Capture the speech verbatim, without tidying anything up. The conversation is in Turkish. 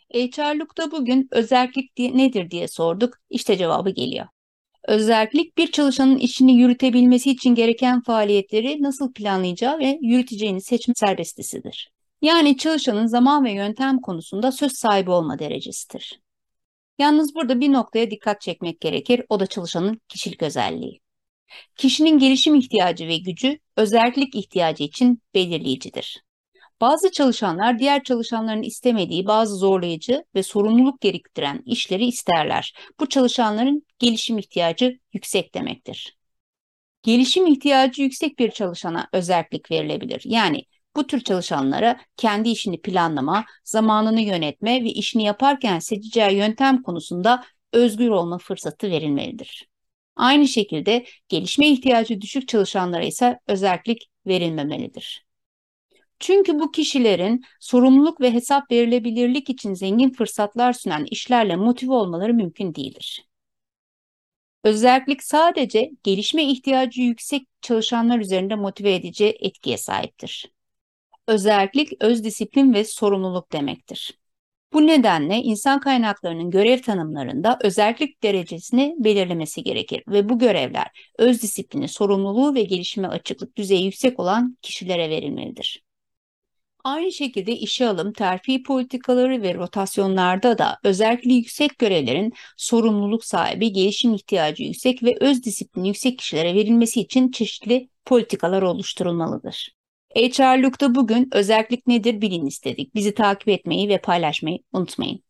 H R'lukta bugün özellik di- nedir diye sorduk. İşte cevabı geliyor. Özellik bir çalışanın işini yürütebilmesi için gereken faaliyetleri nasıl planlayacağı ve yürüteceğini seçme serbestisidir. Yani çalışanın zaman ve yöntem konusunda söz sahibi olma derecesidir. Yalnız burada bir noktaya dikkat çekmek gerekir. O da çalışanın kişilik özelliği. Kişinin gelişim ihtiyacı ve gücü özellik ihtiyacı için belirleyicidir. Bazı çalışanlar diğer çalışanların istemediği bazı zorlayıcı ve sorumluluk gerektiren işleri isterler. Bu çalışanların gelişim ihtiyacı yüksek demektir. Gelişim ihtiyacı yüksek bir çalışana özellik verilebilir. Yani bu tür çalışanlara kendi işini planlama, zamanını yönetme ve işini yaparken seçeceği yöntem konusunda özgür olma fırsatı verilmelidir. Aynı şekilde gelişme ihtiyacı düşük çalışanlara ise özellik verilmemelidir. Çünkü bu kişilerin sorumluluk ve hesap verilebilirlik için zengin fırsatlar sunan işlerle motive olmaları mümkün değildir. Özellik sadece gelişme ihtiyacı yüksek çalışanlar üzerinde motive edici etkiye sahiptir. Özellik öz disiplin ve sorumluluk demektir. Bu nedenle insan kaynaklarının görev tanımlarında özellik derecesini belirlemesi gerekir ve bu görevler öz disiplini, sorumluluğu ve gelişime açıklık düzeyi yüksek olan kişilere verilmelidir. Aynı şekilde işe alım, terfi politikaları ve rotasyonlarda da özellikle yüksek görevlerin sorumluluk sahibi, gelişim ihtiyacı yüksek ve öz disiplini yüksek kişilere verilmesi için çeşitli politikalar oluşturulmalıdır. H R'lukta bugün özellik nedir bilin istedik. Bizi takip etmeyi ve paylaşmayı unutmayın.